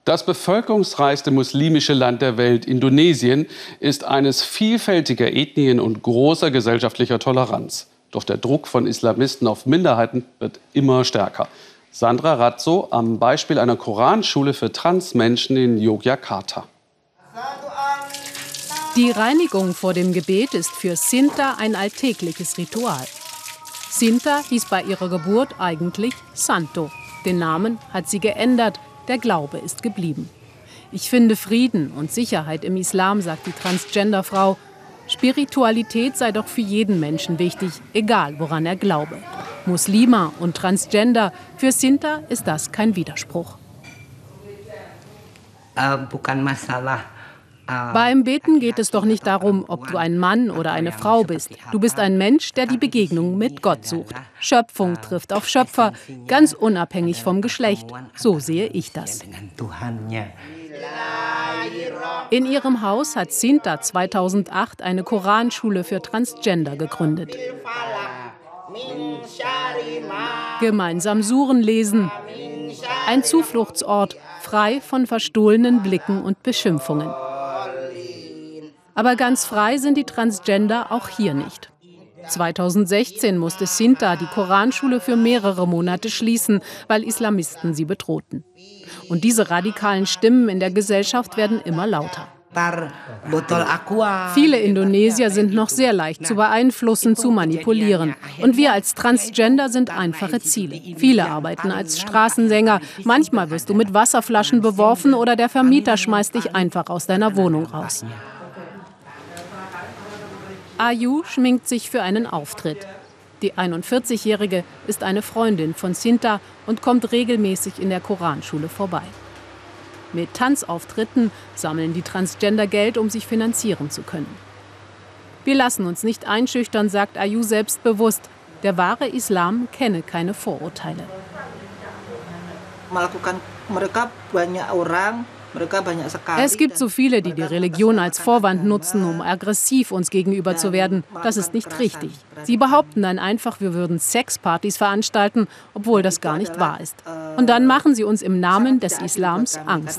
Das bevölkerungsreichste muslimische Land der Welt, Indonesien, ist eines vielfältiger Ethnien und großer gesellschaftlicher Toleranz. Doch der Druck von Islamisten auf Minderheiten wird immer stärker. Sandra Razzo am Beispiel einer Koranschule für Transmenschen in Yogyakarta. Die Reinigung vor dem Gebet ist für Sinta ein alltägliches Ritual. Sinta hieß bei ihrer Geburt eigentlich Santo. Den Namen hat sie geändert, der Glaube ist geblieben. Ich finde Frieden und Sicherheit im Islam, sagt die Transgender-Frau. Spiritualität sei doch für jeden Menschen wichtig, egal woran er glaube. Muslima und Transgender, für Sinta ist das kein Widerspruch. Beim Beten geht es doch nicht darum, ob du ein Mann oder eine Frau bist. Du bist ein Mensch, der die Begegnung mit Gott sucht. Schöpfung trifft auf Schöpfer, ganz unabhängig vom Geschlecht. So sehe ich das. In ihrem Haus hat Sinta 2008 eine Koranschule für Transgender gegründet. Gemeinsam Suren lesen. Ein Zufluchtsort, frei von verstohlenen Blicken und Beschimpfungen. Aber ganz frei sind die Transgender auch hier nicht. 2016 musste Sinta die Koranschule für mehrere Monate schließen, weil Islamisten sie bedrohten. Und diese radikalen Stimmen in der Gesellschaft werden immer lauter. Viele Indonesier sind noch sehr leicht zu beeinflussen, zu manipulieren. Und wir als Transgender sind einfache Ziele. Viele arbeiten als Straßensänger. Manchmal wirst du mit Wasserflaschen beworfen oder der Vermieter schmeißt dich einfach aus deiner Wohnung raus. Ayu schminkt sich für einen Auftritt. Die 41-Jährige ist eine Freundin von Sinta und kommt regelmäßig in der Koranschule vorbei. Mit Tanzauftritten sammeln die Transgender Geld, um sich finanzieren zu können. Wir lassen uns nicht einschüchtern, sagt Ayu selbstbewusst. Der wahre Islam kenne keine Vorurteile. Es gibt so viele, die die Religion als Vorwand nutzen, um aggressiv uns gegenüber zu werden. Das ist nicht richtig. Sie behaupten dann einfach, wir würden Sexpartys veranstalten, obwohl das gar nicht wahr ist. Und dann machen sie uns im Namen des Islams Angst.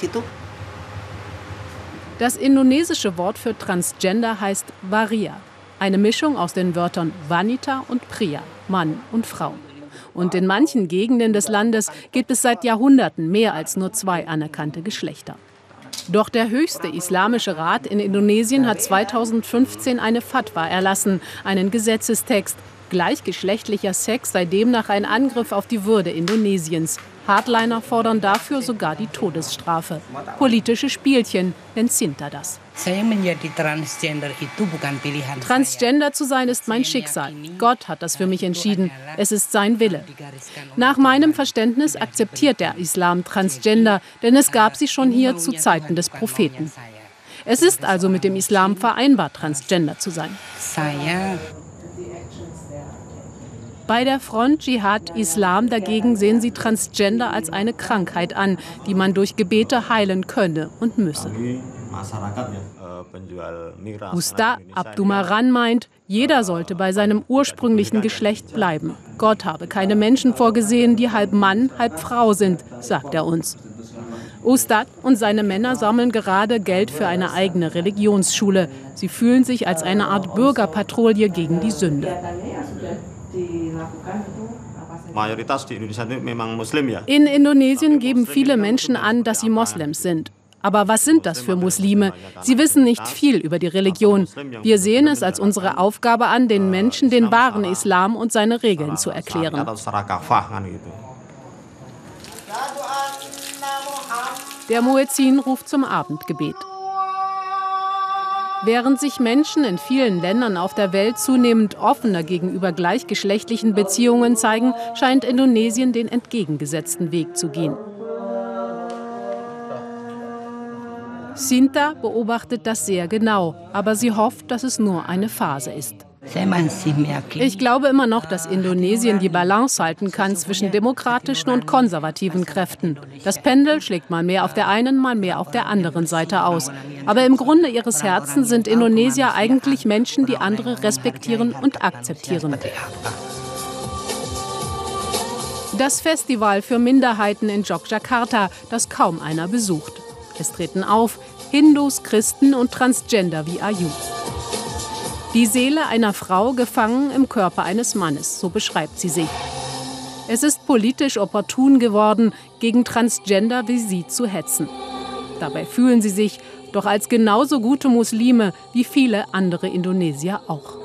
Das indonesische Wort für Transgender heißt Waria. Eine Mischung aus den Wörtern Wanita und Pria, Mann und Frau. Und in manchen Gegenden des Landes gibt es seit Jahrhunderten mehr als nur 2 anerkannte Geschlechter. Doch der höchste islamische Rat in Indonesien hat 2015 eine Fatwa erlassen, einen Gesetzestext. Gleichgeschlechtlicher Sex sei demnach ein Angriff auf die Würde Indonesiens. Hardliner fordern dafür sogar die Todesstrafe. Politische Spielchen nennt Sinta das. Transgender zu sein ist mein Schicksal. Gott hat das für mich entschieden. Es ist sein Wille. Nach meinem Verständnis akzeptiert der Islam Transgender, denn es gab sie schon hier zu Zeiten des Propheten. Es ist also mit dem Islam vereinbar, Transgender zu sein. Bei der Front Dschihad Islam dagegen sehen sie Transgender als eine Krankheit an, die man durch Gebete heilen könne und müsse. Usta Abdumaran meint, jeder sollte bei seinem ursprünglichen Geschlecht bleiben. Gott habe keine Menschen vorgesehen, die halb Mann, halb Frau sind, sagt er uns. Ustad und seine Männer sammeln gerade Geld für eine eigene Religionsschule. Sie fühlen sich als eine Art Bürgerpatrouille gegen die Sünde. In Indonesien geben viele Menschen an, dass sie Moslems sind. Aber was sind das für Muslime? Sie wissen nicht viel über die Religion. Wir sehen es als unsere Aufgabe an, den Menschen den wahren Islam und seine Regeln zu erklären. Der Muezzin ruft zum Abendgebet. Während sich Menschen in vielen Ländern auf der Welt zunehmend offener gegenüber gleichgeschlechtlichen Beziehungen zeigen, scheint Indonesien den entgegengesetzten Weg zu gehen. Sinta beobachtet das sehr genau, aber sie hofft, dass es nur eine Phase ist. Ich glaube immer noch, dass Indonesien die Balance halten kann zwischen demokratischen und konservativen Kräften. Das Pendel schlägt mal mehr auf der einen, mal mehr auf der anderen Seite aus. Aber im Grunde ihres Herzens sind Indonesier eigentlich Menschen, die andere respektieren und akzeptieren. Das Festival für Minderheiten in Yogyakarta, das kaum einer besucht. Es treten auf Hindus, Christen und Transgender wie Ayu. Die Seele einer Frau gefangen im Körper eines Mannes, so beschreibt sie sich. Es ist politisch opportun geworden, gegen Transgender wie sie zu hetzen. Dabei fühlen sie sich doch als genauso gute Muslime wie viele andere Indonesier auch.